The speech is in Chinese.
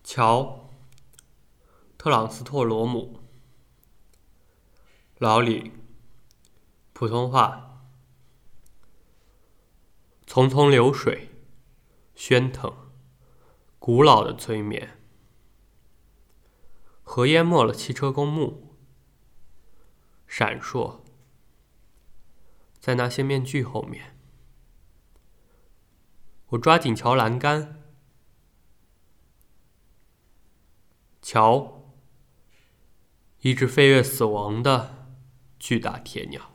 乔·特朗斯托罗姆，老李，普通话。淙淙流水，喧腾，古老的催眠。河淹没了汽车公墓，闪烁在那些面具后面。我抓紧桥栏杆，桥，一只飞跃死亡的巨大铁鸟。